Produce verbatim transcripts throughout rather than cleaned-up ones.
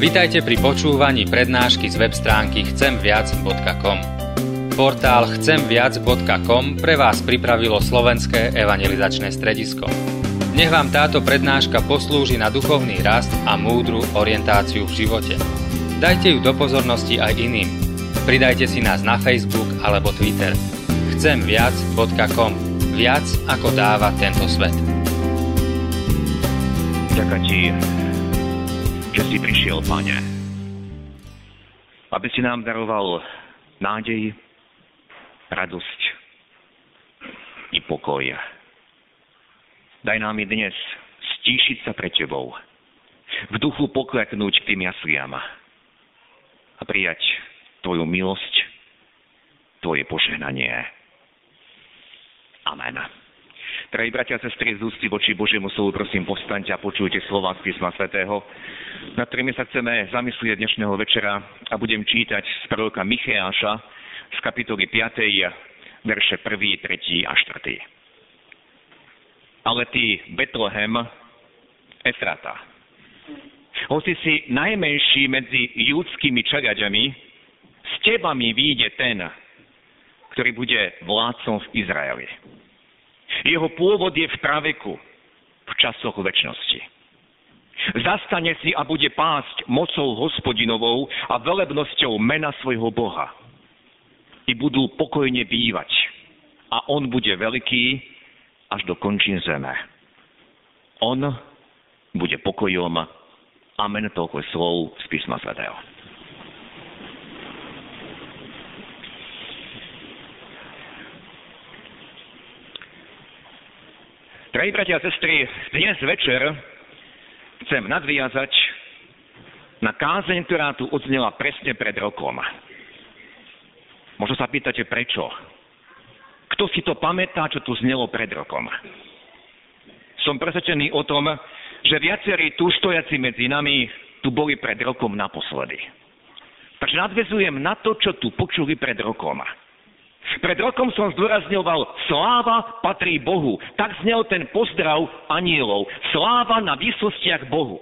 Vitajte pri počúvaní prednášky z web stránky chcem viac bodka com. Portál chcem viac bodka com pre vás pripravilo Slovenské evangelizačné stredisko. Nech vám táto prednáška poslúži na duchovný rast a múdru orientáciu v živote. Dajte ju do pozornosti aj iným. Pridajte si nás na Facebook alebo Twitter. chcem viac bodka com. Viac ako dáva tento svet. Ďakujem ti, že si prišiel, Pane, aby si nám daroval nádej, radosť i pokoj. Daj nám i dnes stíšiť sa pred Tebou, v duchu pokleknúť k tým jasliam a prijať Tvoju milosť, Tvoje požehnanie. Amen. Drahí bratia a sestry, z úcty voči Božiemu slovu, prosím, povstaňte a počujte slová z písma svätého, nad ktorými sa chceme zamyslieť dnešného večera, a budem čítať z proroka Micheáša z kapitoly piatej, verše prvý, tretí a štvrtý. Ale ty, Betlehem, Efrata, hoci si najmenší medzi judskými čeľaďami, z teba mi vyjde ten, ktorý bude vládcom v Izraeli. Jeho pôvod je v praveku, v časoch večnosti. Zastane si a bude pásť mocou Hospodinovou a velebnosťou mena svojho Boha. I budú pokojne bývať. A on bude veľký až do končín zeme. On bude pokojom. Amen, toľko slov z písma svätého. Drahí bratia a sestry, dnes večer chcem nadviazať na kázeň, ktorá tu odznela presne pred rokom. Možno sa pýtate, prečo? Kto si to pamätá, čo tu znelo pred rokom? Som presvedčený o tom, že viacerí tu stojaci medzi nami tu boli pred rokom naposledy. Takže nadväzujem na to, čo tu počuli pred rokom. Pred rokom som zdôrazňoval, sláva patrí Bohu. Tak znel ten pozdrav anielov. Sláva na výsostiach Bohu.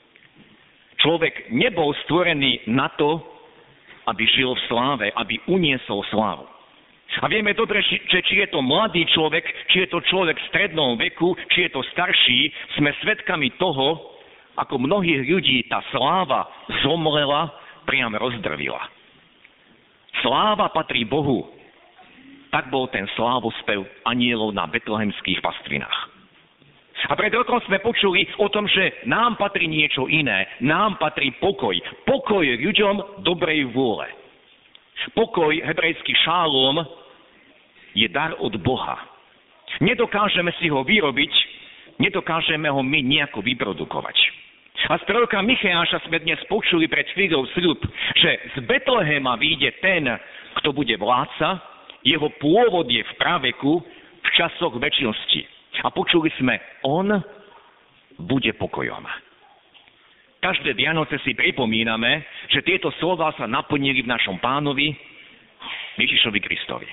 Človek nebol stvorený na to, aby žil v sláve, aby uniesol slávu. A vieme dobre, že či je to mladý človek, či je to človek v strednom veku, či je to starší, sme svedkami toho, ako mnohých ľudí tá sláva zomrela, priam rozdrvila. Sláva patrí Bohu. Tak bol ten slávospev anielov na betlehemských pastvinách. A pred rokom sme počuli o tom, že nám patrí niečo iné. Nám patrí pokoj. Pokoj ľuďom dobrej vôle. Pokoj, hebrejský šálom, je dar od Boha. Nedokážeme si ho vyrobiť, nedokážeme ho my nejako vyprodukovať. A z proroka Micheáša sme dnes počuli pred chvíľou sľub, že z Betlehema vyjde ten, kto bude vládca. Jeho pôvod je v praveku, v časoch večnosti. A počuli sme, on bude pokojom. Každé Vianoce si pripomíname, že tieto slová sa naplnili v našom Pánovi, Ježišovi Kristovi.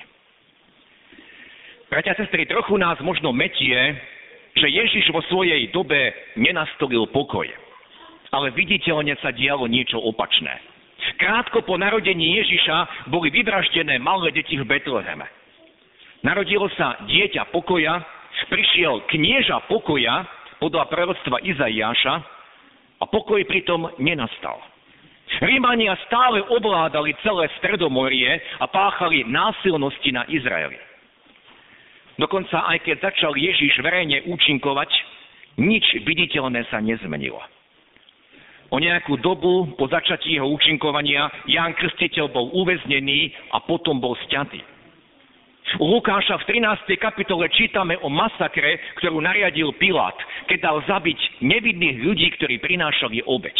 Bratia a sestry, trochu nás možno metie, že Ježiš vo svojej dobe nenastolil pokoj. Ale viditeľne sa dialo niečo opačné. Krátko po narodení Ježiša boli vyvraždené malé deti v Betleheme. Narodilo sa dieťa pokoja, prišiel knieža pokoja podľa proroctva Izaiáša a pokoj pritom nenastal. Rímania stále ovládali celé Stredomorie a páchali násilnosti na Izraeli. Dokonca aj keď začal Ježiš verejne účinkovať, nič viditeľné sa nezmenilo. O nejakú dobu po začatí jeho účinkovania Ján Krstiteľ bol uväznený a potom bol sťatý. U Lukáša v trinástej kapitole čítame o masakre, ktorú nariadil Pilát, keď dal zabiť nevinných ľudí, ktorí prinášali obeť.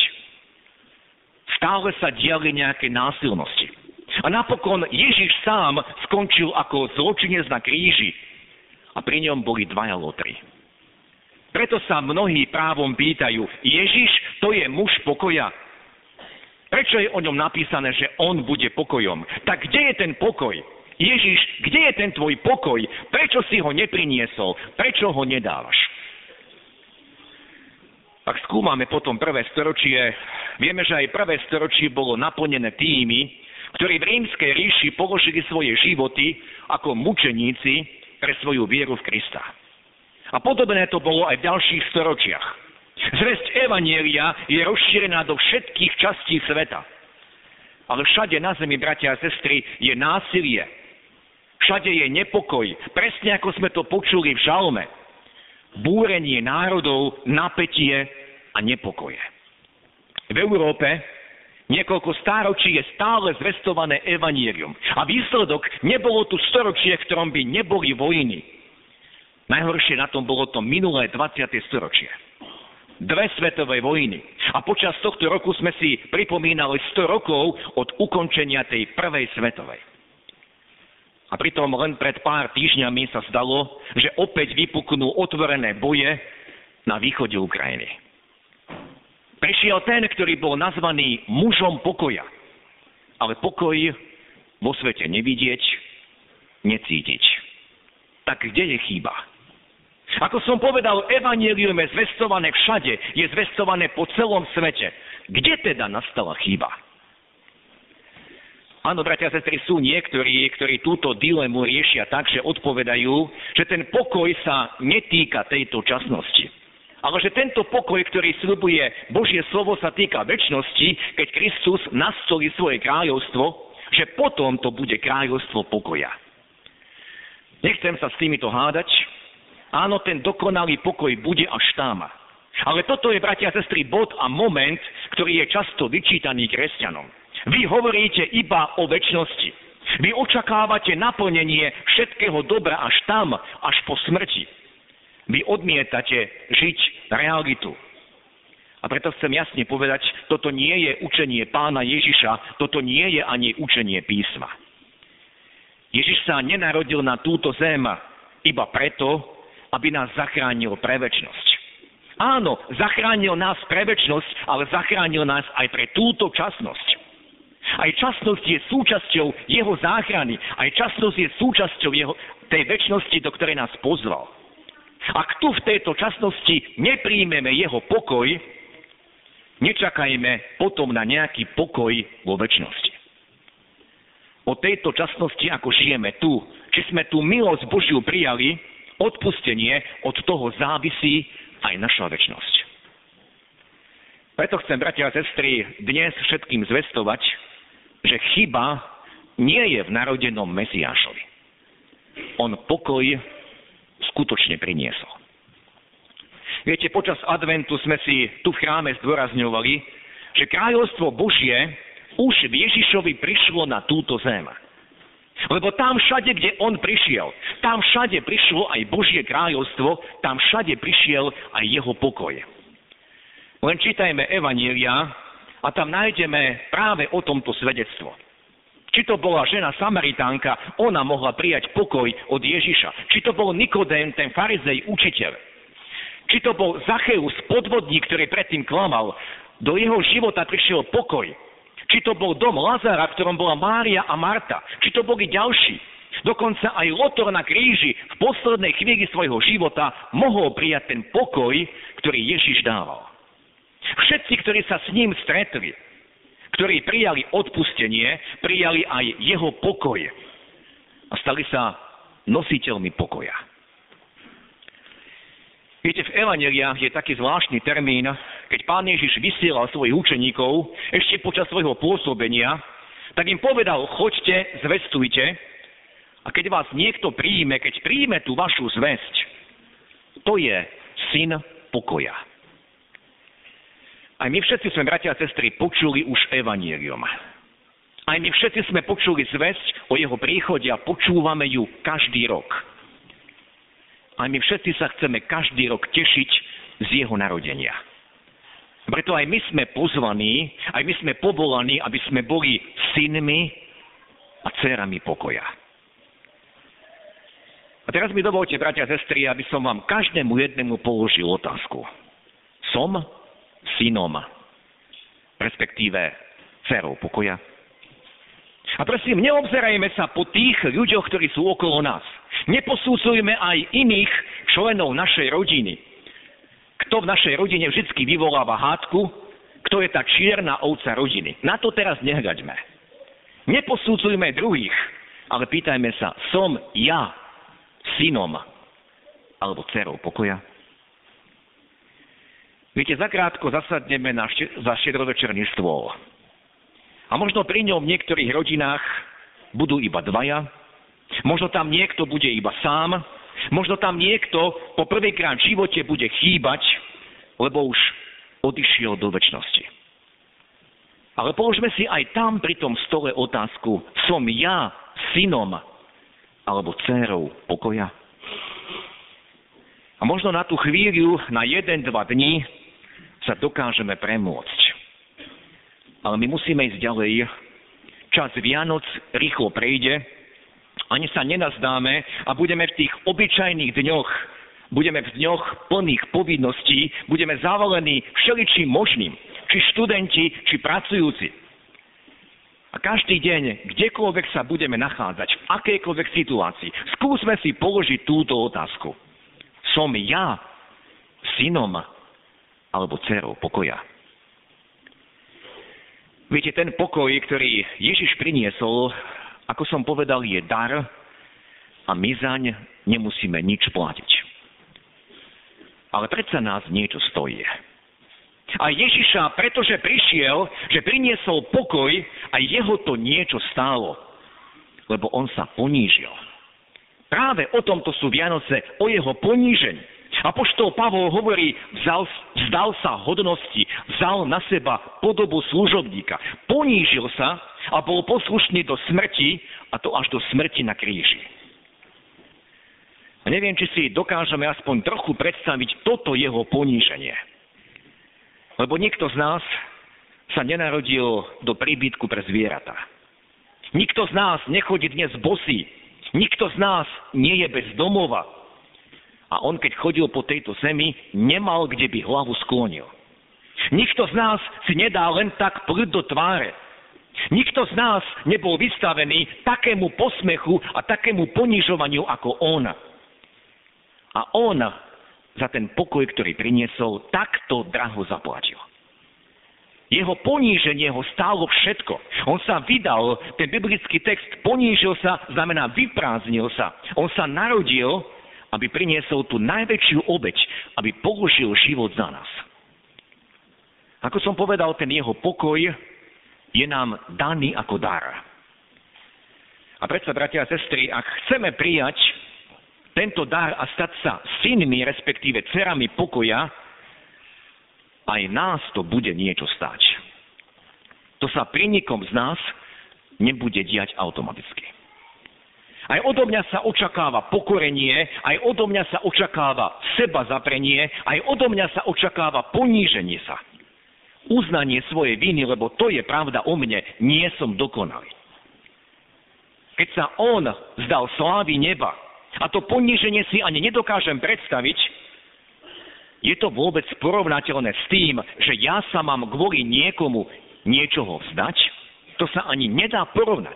Stále sa diali nejaké násilnosti. A napokon Ježiš sám skončil ako zločinec na kríži a pri ňom boli dvaja lotri. Preto sa mnohí právom pýtajú, Ježiš, to je muž pokoja. Prečo je o ňom napísané, že on bude pokojom? Tak kde je ten pokoj? Ježiš, kde je ten tvoj pokoj? Prečo si ho nepriniesol? Prečo ho nedávaš? Ak skúmame potom prvé storočie, vieme, že aj prvé storočie bolo naplnené tými, ktorí v rímskej ríši položili svoje životy ako mučeníci pre svoju vieru v Krista. A podobné to bolo aj v ďalších storočiach. Zvesť evanjelia je rozšírená do všetkých častí sveta. Ale všade na zemi, bratia a sestry, je násilie. Všade je nepokoj. Presne ako sme to počuli v žalme. Búrenie národov, napätie a nepokoje. V Európe niekoľko stáročí je stále zvestované evanjelium. A výsledok, nebolo tu storočie, v ktorom by neboli vojny. Najhoršie na tom bolo to minulé dvadsiate storočie. Dve svetové vojny. A počas tohto roku sme si pripomínali sto rokov od ukončenia tej prvej svetovej. A pritom len pred pár týždňami sa zdalo, že opäť vypuknú otvorené boje na východe Ukrajiny. Prišiel ten, ktorý bol nazvaný mužom pokoja. Ale pokoj vo svete nevidieť, necítiť. Tak kde je chýba? Ako som povedal, evanjelium je zvestované všade, je zvestované po celom svete. Kde teda nastala chyba? Áno, bratia a sestry, sú niektorí, ktorí túto dilemu riešia tak, že odpovedajú, že ten pokoj sa netýka tejto časnosti. Ale že tento pokoj, ktorý sľubuje Božie slovo, sa týka večnosti, keď Kristus nastolí svoje kráľovstvo, že potom to bude kráľovstvo pokoja. Nechcem sa s týmito hádať. Áno, ten dokonalý pokoj bude až tam. Ale toto je, bratia a sestry, bod a moment, ktorý je často vyčítaný kresťanom. Vy hovoríte iba o večnosti. Vy očakávate naplnenie všetkého dobra až tam, až po smrti. Vy odmietate žiť realitu. A preto chcem jasne povedať, toto nie je učenie Pána Ježiša, toto nie je ani učenie písma. Ježiš sa nenarodil na túto zem iba preto, aby nás zachránil pre večnosť. Áno, zachránil nás pre večnosť, ale zachránil nás aj pre túto časnosť. Aj časnosť je súčasťou jeho záchrany, aj časnosť je súčasťou jeho, tej večnosti, do ktorej nás pozval. Ak tu v tejto časnosti nepríjmeme jeho pokoj, nečakajme potom na nejaký pokoj vo večnosti. O tejto časnosti, ako žijeme tu, či sme tú milosť Božiu prijali, odpustenie, od toho závisí aj naša večnosť. Preto chcem, bratia a sestry, dnes všetkým zvestovať, že chyba nie je v narodenom Mesiášovi. On pokoj skutočne priniesol. Viete, počas adventu sme si tu v chráme zdôrazňovali, že kráľovstvo Božie už v Ježišovi prišlo na túto zem. Lebo tam všade, kde on prišiel, tam všade prišlo aj Božie kráľovstvo, tam všade prišiel aj jeho pokoj. Len čítajme evanjelia a tam nájdeme práve o tomto svedectvo. Či to bola žena Samaritánka, ona mohla prijať pokoj od Ježiša. Či to bol Nikodém, ten farizej učiteľ. Či to bol Zacheus, podvodník, ktorý predtým klamal. Do jeho života prišiel pokoj. Či to bol dom Lazara, v ktorom bola Mária a Marta. Či to boli ďalší. Dokonca aj Lotor na kríži v poslednej chvíli svojho života mohol prijať ten pokoj, ktorý Ježiš dával. Všetci, ktorí sa s ním stretli, ktorí prijali odpustenie, prijali aj jeho pokoj a stali sa nositeľmi pokoja. Viete, v evanjeliách je taký zvláštny termín, keď Pán Ježiš vysielal svojich učeníkov ešte počas svojho pôsobenia, tak im povedal, choďte, zvestujte a keď vás niekto príjme, keď príjme tú vašu zvesť, to je syn pokoja. Aj my všetci sme, bratia a sestry, počuli už evanjelium. Aj my všetci sme počuli zvesť o jeho príchode a počúvame ju každý rok. Aj my všetci sa chceme každý rok tešiť z jeho narodenia. Preto aj my sme pozvaní, aj my sme povolaní, aby sme boli synmi a dcérami pokoja. A teraz mi dovolte, bratia a sestry, aby som vám každému jednému položil otázku. Som synom, respektíve dcérou pokoja? A prosím, neobzerajme sa po tých ľuďoch, ktorí sú okolo nás. Neposúdzujme aj iných členov našej rodiny. Kto v našej rodine vždy vyvoláva hádku, kto je tá čierna ovca rodiny. Na to teraz nehľaďme. Neposudzujme druhých, ale pýtajme sa, som ja synom alebo dcerou pokoja? Viete, zakrátko zasadneme na šti- za štedrovečerný stôl. A možno pri ňom v niektorých rodinách budú iba dvaja, možno tam niekto bude iba sám, možno tam niekto po prvýkrát v živote bude chýbať, lebo už odišiel do večnosti. Ale položme si aj tam pri tom stole otázku, som ja synom alebo dcérou pokoja? A možno na tú chvíľu, na jeden, dva dní sa dokážeme premôcť. Ale my musíme ísť ďalej. Čas Vianoc rýchlo prejde, ani sa nenazdáme a budeme v tých obyčajných dňoch, budeme v dňoch plných povinností, budeme zavalení všeličím možným, či študenti, či pracujúci. A každý deň, kdekoľvek sa budeme nachádzať, v akejkoľvek situácii, skúsme si položiť túto otázku. Som ja synom alebo dcérou pokoja? Viete, ten pokoj, ktorý Ježiš priniesol, ako som povedal, je dar a my zaň nemusíme nič platiť. Ale predsa nás niečo stojí. A Ježiša, pretože prišiel, že priniesol pokoj, a jeho to niečo stálo, lebo on sa ponížil. Práve o tomto sú Vianoce, o jeho ponížení. Apoštol Pavol hovorí, vzal, vzdal sa hodnosti, vzal na seba podobu služobníka, ponížil sa a bol poslušný do smrti, a to až do smrti na kríži. A neviem, či si dokážeme aspoň trochu predstaviť toto jeho poníženie. Lebo nikto z nás sa nenarodil do príbytku pre zvieratá. Nikto z nás nechodí dnes bosý. Nikto z nás nie je bez domova. A on, keď chodil po tejto zemi, nemal, kde by hlavu sklonil. Nikto z nás si nedá len tak plť do tváre. Nikto z nás nebol vystavený takému posmechu a takému ponižovaniu ako on. A on za ten pokoj, ktorý priniesol, takto draho zaplatil. Jeho poníženie ho stálo všetko. On sa vydal, ten biblický text, ponížil sa, znamená vyprázdnil sa. On sa narodil, aby priniesol tú najväčšiu obeť, aby položil život za nás. Ako som povedal, ten jeho pokoj je nám daný ako dar. A predsa, bratia a sestry, ak chceme prijať tento dar a stať sa synmi, respektíve dcerami pokoja, aj nás to bude niečo stáť. To sa pri nikom z nás nebude diať automaticky. Aj odo mňa sa očakáva pokorenie, aj odo mňa sa očakáva seba zaprenie, aj odo mňa sa očakáva poníženie sa. Uznanie svojej viny, lebo to je pravda o mne, nie som dokonalý. Keď sa on vzdal slávy neba, a to poníženie si ani nedokážem predstaviť, je to vôbec porovnateľné s tým, že ja sa mám kvôli niekomu niečoho vzdať? To sa ani nedá porovnať.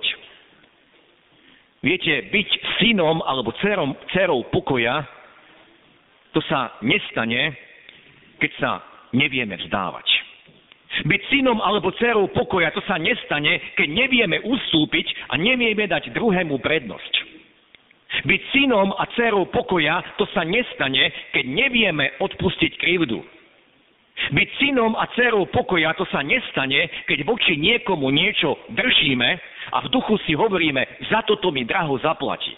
Viete, byť synom alebo dcerou, dcerou pokoja, to sa nestane, keď sa nevieme vzdávať. Byť synom alebo dcerou pokoja, to sa nestane, keď nevieme ustúpiť a nevieme dať druhému prednosť. Byť synom a dcerou pokoja, to sa nestane, keď nevieme odpustiť krivdu. Byť synom a dcerou pokoja, to sa nestane, keď voči niekomu niečo držíme a v duchu si hovoríme, za toto mi draho zaplatí.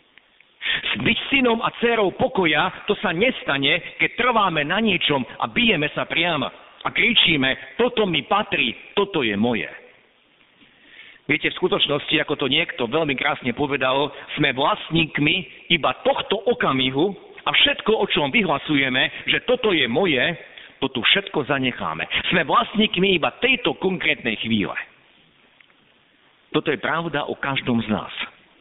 Byť synom a dcerou pokoja, to sa nestane, keď trváme na niečom a bijeme sa priamo a kričíme, toto mi patrí, toto je moje. Viete, v skutočnosti, ako to niekto veľmi krásne povedal, sme vlastníkmi iba tohto okamihu a všetko, o čom vyhlasujeme, že toto je moje, to tu všetko zanecháme. Sme vlastníkmi iba tejto konkrétnej chvíle. Toto je pravda o každom z nás.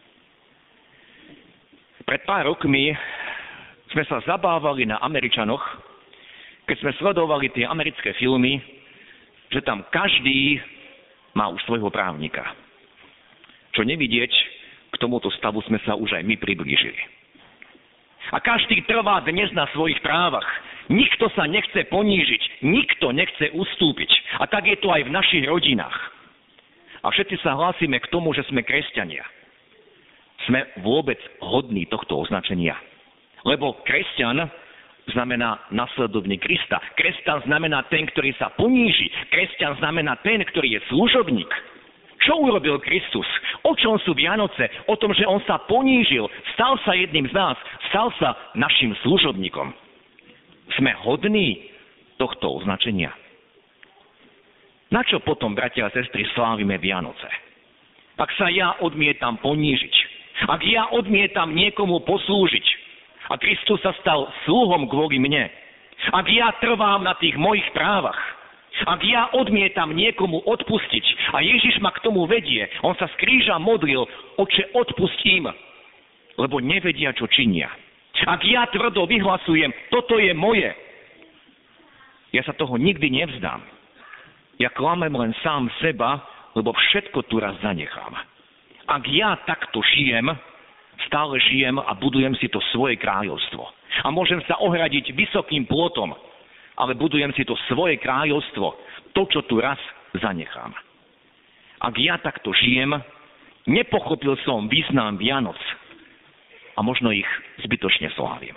Pred pár rokmi sme sa zabávali na Američanoch, keď sme sledovali tie americké filmy, že tam každý má už svojho právnika. Čo nevidieť, k tomuto stavu sme sa už aj my priblížili. A každý trvá dnes na svojich právach. Nikto sa nechce ponížiť, nikto nechce ustúpiť. A tak je to aj v našich rodinách. A všetci sa hlásime k tomu, že sme kresťania. Sme vôbec hodní tohto označenia. Lebo kresťan znamená nasledovník Krista. Kresťan znamená ten, ktorý sa poníži. Kresťan znamená ten, ktorý je služobník. Čo urobil Kristus? O čom sú Vianoce? O tom, že on sa ponížil, stal sa jedným z nás, stal sa našim služobníkom. Sme hodní tohto označenia. Na čo potom, bratia a sestry, slávime Vianoce? Ak sa ja odmietam ponížiť, ak ja odmietam niekomu poslúžiť a Kristus sa stal sluhom kvôli mne, ak ja trvám na tých mojich právach, ak ja odmietam niekomu odpustiť a Ježiš ma k tomu vedie, on sa z kríža modlil, Oče, odpustím, lebo nevedia, čo činia. Ak ja tvrdo vyhlasujem, toto je moje, ja sa toho nikdy nevzdám. Ja klamem len sám seba, lebo všetko tu raz zanechám. Ak ja takto žijem, stále žijem a budujem si to svoje kráľovstvo. A môžem sa ohradiť vysokým plotom, ale budujem si to svoje kráľovstvo, to, čo tu raz zanechám. Ak ja takto žijem, nepochopil som význam Vianoc a možno ich zbytočne slávim.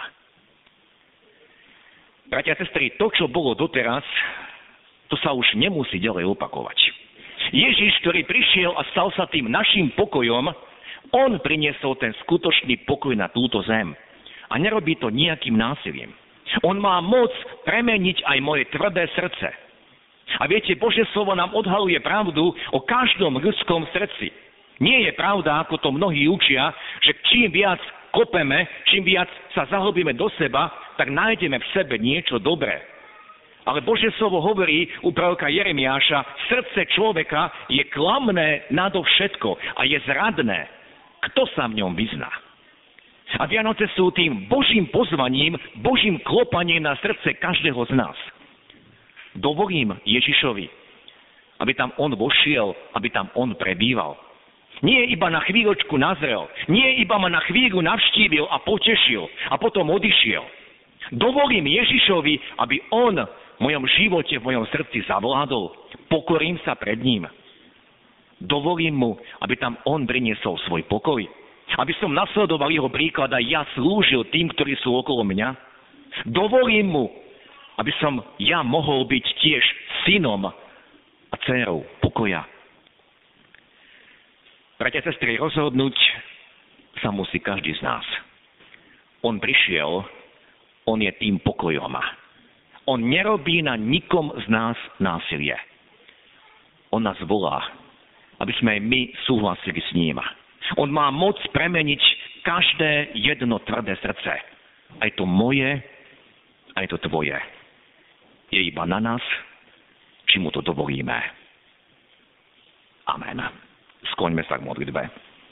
Bratia a sestry, to, čo bolo doteraz, to sa už nemusí ďalej opakovať. Ježiš, ktorý prišiel a stal sa tým našim pokojom, on priniesol ten skutočný pokoj na túto zem. A nerobí to nejakým násilím. On má moc premeniť aj moje tvrdé srdce. A viete, Božie slovo nám odhaluje pravdu o každom ľudskom srdci. Nie je pravda, ako to mnohí učia, že čím viac kopeme, čím viac sa zahlbíme do seba, tak nájdeme v sebe niečo dobré. Ale Božie slovo hovorí u proroka Jeremiáša, srdce človeka je klamné nadovšetko a je zradné. Kto sa v ňom vyzná? A Vianoce sú tým Božím pozvaním, Božím klopaním na srdce každého z nás. Dovolím Ježišovi, aby tam on vošiel, aby tam on prebýval. Nie iba na chvíľočku nazrel, nie iba ma na chvíľu navštívil a potešil a potom odišiel. Dovolím Ježišovi, aby on v mojom živote, v mojom srdci zavládol. Pokorím sa pred ním. Dovolím mu, aby tam on priniesol svoj pokoj. Aby som nasledoval jeho príklad a ja slúžil tým, ktorí sú okolo mňa. Dovolím mu, aby som ja mohol byť tiež synom a dcérou pokoja. Bratia a sestry, rozhodnúť sa musí každý z nás. On prišiel, on je tým pokojom. On nerobí na nikom z nás násilie. On nás volá, aby sme aj my súhlasili s ním. On má moc premeniť každé jedno tvrdé srdce. Aj to moje, aj to tvoje. Je iba na nás, či mu to dovolíme. Amen. Skloňme sa k modlitbe.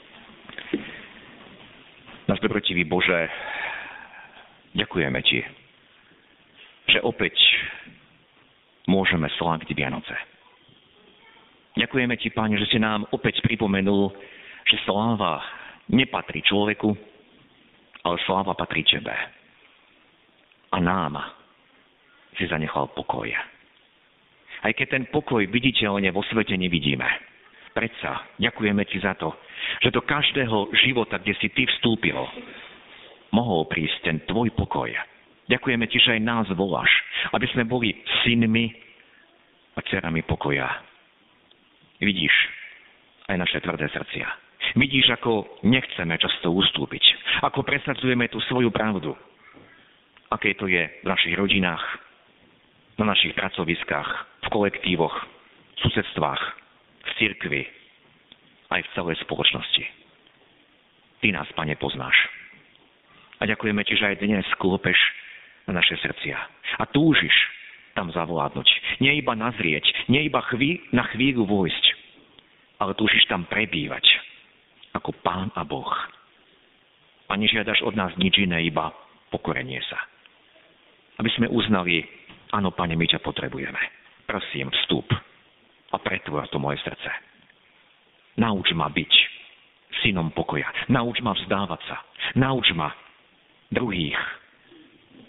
Náš dobrotivý Bože, ďakujeme Ti, že opäť môžeme sláviť Vianoce. Ďakujeme Ti, Páne, že si nám opäť pripomenul, že sláva nepatrí človeku, ale sláva patrí Tebe. A nám si zanechal pokoj. Aj keď ten pokoj viditeľne vo svete nevidíme. Predsa ďakujeme Ti za to, že do každého života, kde si Ty vstúpil, mohol prísť ten Tvoj pokoj. Ďakujeme Ti, že aj nás voláš, aby sme boli synmi a dcerami pokoja. Vidíš aj naše tvrdé srdcia. Vidíš, ako nechceme často ustúpiť. Ako presadzujeme tú svoju pravdu. Aké to je v našich rodinách, na našich pracoviskách, v kolektívoch, v susedstvách, v cirkvi, aj v celej spoločnosti. Ty nás, Pane, poznáš. A ďakujeme Ti, že aj dnes klopeš na naše srdcia. A túžiš tam zavládnuť. Nie iba nazrieť, nie iba chví, na chvíľu vojsť, ale túžiš tam prebývať ako Pán a Boh. A nežiadaš od nás nič iné, iba pokorenie sa. Aby sme uznali, áno, Pane, my ťa potrebujeme. Prosím, vstup a pretvor to moje srdce. Nauč ma byť synom pokoja. Nauč ma vzdávať sa. Nauč ma druhých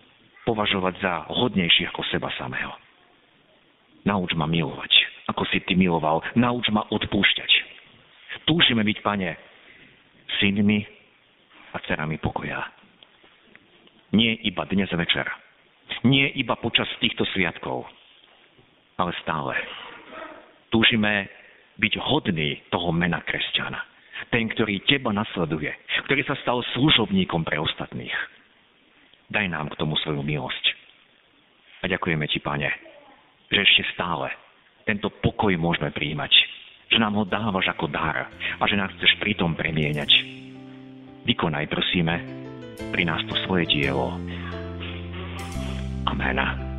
považovať za hodnejší ako seba samého. Nauč ma milovať, ako si ty miloval. Nauč ma odpúšťať. Túžime byť, Pane, synmi a dcerami pokoja. Nie iba dnes večer, nie iba počas týchto sviatkov, ale stále. Túžime byť hodný toho mena kresťana. Ten, ktorý teba nasleduje, ktorý sa stal služobníkom pre ostatných. Daj nám k tomu svoju milosť. A ďakujeme ti, Pane, že ešte stále tento pokoj môžeme prijímať. Že nám ho dávaš ako dar a že nás chceš pritom premieňať. Vykonaj, prosíme, pri nás to svoje dielo. Amen.